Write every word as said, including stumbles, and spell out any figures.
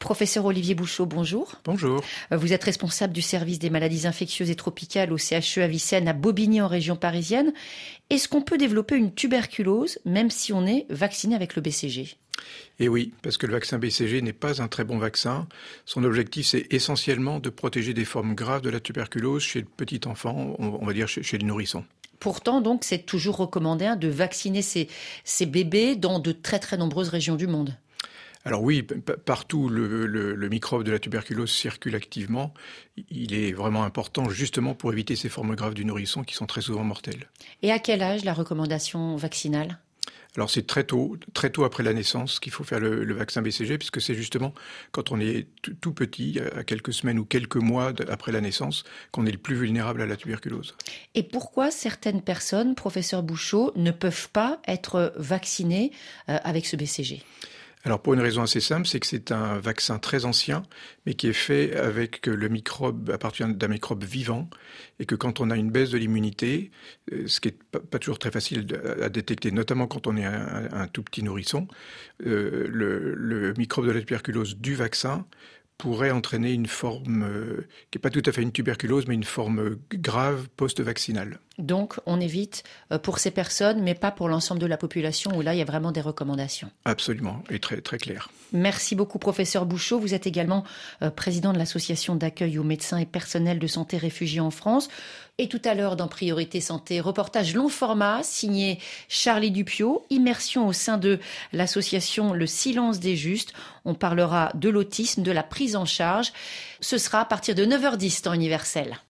Professeur Olivier Bouchot, bonjour. Bonjour. Vous êtes responsable du service des maladies infectieuses et tropicales au C H E Avicenne à Bobigny en région parisienne. Est-ce qu'on peut développer une tuberculose même si on est vacciné avec le B C G ? Et oui, parce que le vaccin B C G n'est pas un très bon vaccin. Son objectif, c'est essentiellement de protéger des formes graves de la tuberculose chez le petit enfant, on va dire chez, chez le nourrisson. Pourtant, donc, c'est toujours recommandé hein, de vacciner ces, ces bébés dans de très très nombreuses régions du monde. Alors oui, p- partout le, le, le microbe de la tuberculose circule activement. Il est vraiment important justement pour éviter ces formes graves du nourrisson qui sont très souvent mortelles. Et à quel âge la recommandation vaccinale ? Alors c'est très tôt, très tôt après la naissance qu'il faut faire le, le vaccin B C G, puisque c'est justement quand on est tout, tout petit, à quelques semaines ou quelques mois après la naissance, qu'on est le plus vulnérable à la tuberculose. Et pourquoi certaines personnes, professeur Bouchot, ne peuvent pas être vaccinées euh, avec ce B C G ? Alors pour une raison assez simple, c'est que c'est un vaccin très ancien, mais qui est fait avec le microbe, à partir d'un microbe vivant, et que quand on a une baisse de l'immunité, ce qui est pas toujours très facile à détecter, notamment quand on est un, un tout petit nourrisson, euh, le, le microbe de la tuberculose du vaccin pourrait entraîner une forme euh, qui n'est pas tout à fait une tuberculose, mais une forme grave post-vaccinale. Donc, on évite pour ces personnes, mais pas pour l'ensemble de la population, où là, il y a vraiment des recommandations. Absolument, et très, très clair. Merci beaucoup, professeur Bouchot. Vous êtes également euh, président de l'association d'accueil aux médecins et personnels de santé réfugiés en France. Et tout à l'heure, dans Priorité Santé, reportage long format, signé Charlie Dupiot, immersion au sein de l'association Le Silence des Justes. On parlera de l'autisme, de la prise en charge. Ce sera à partir de neuf heures dix, temps universel.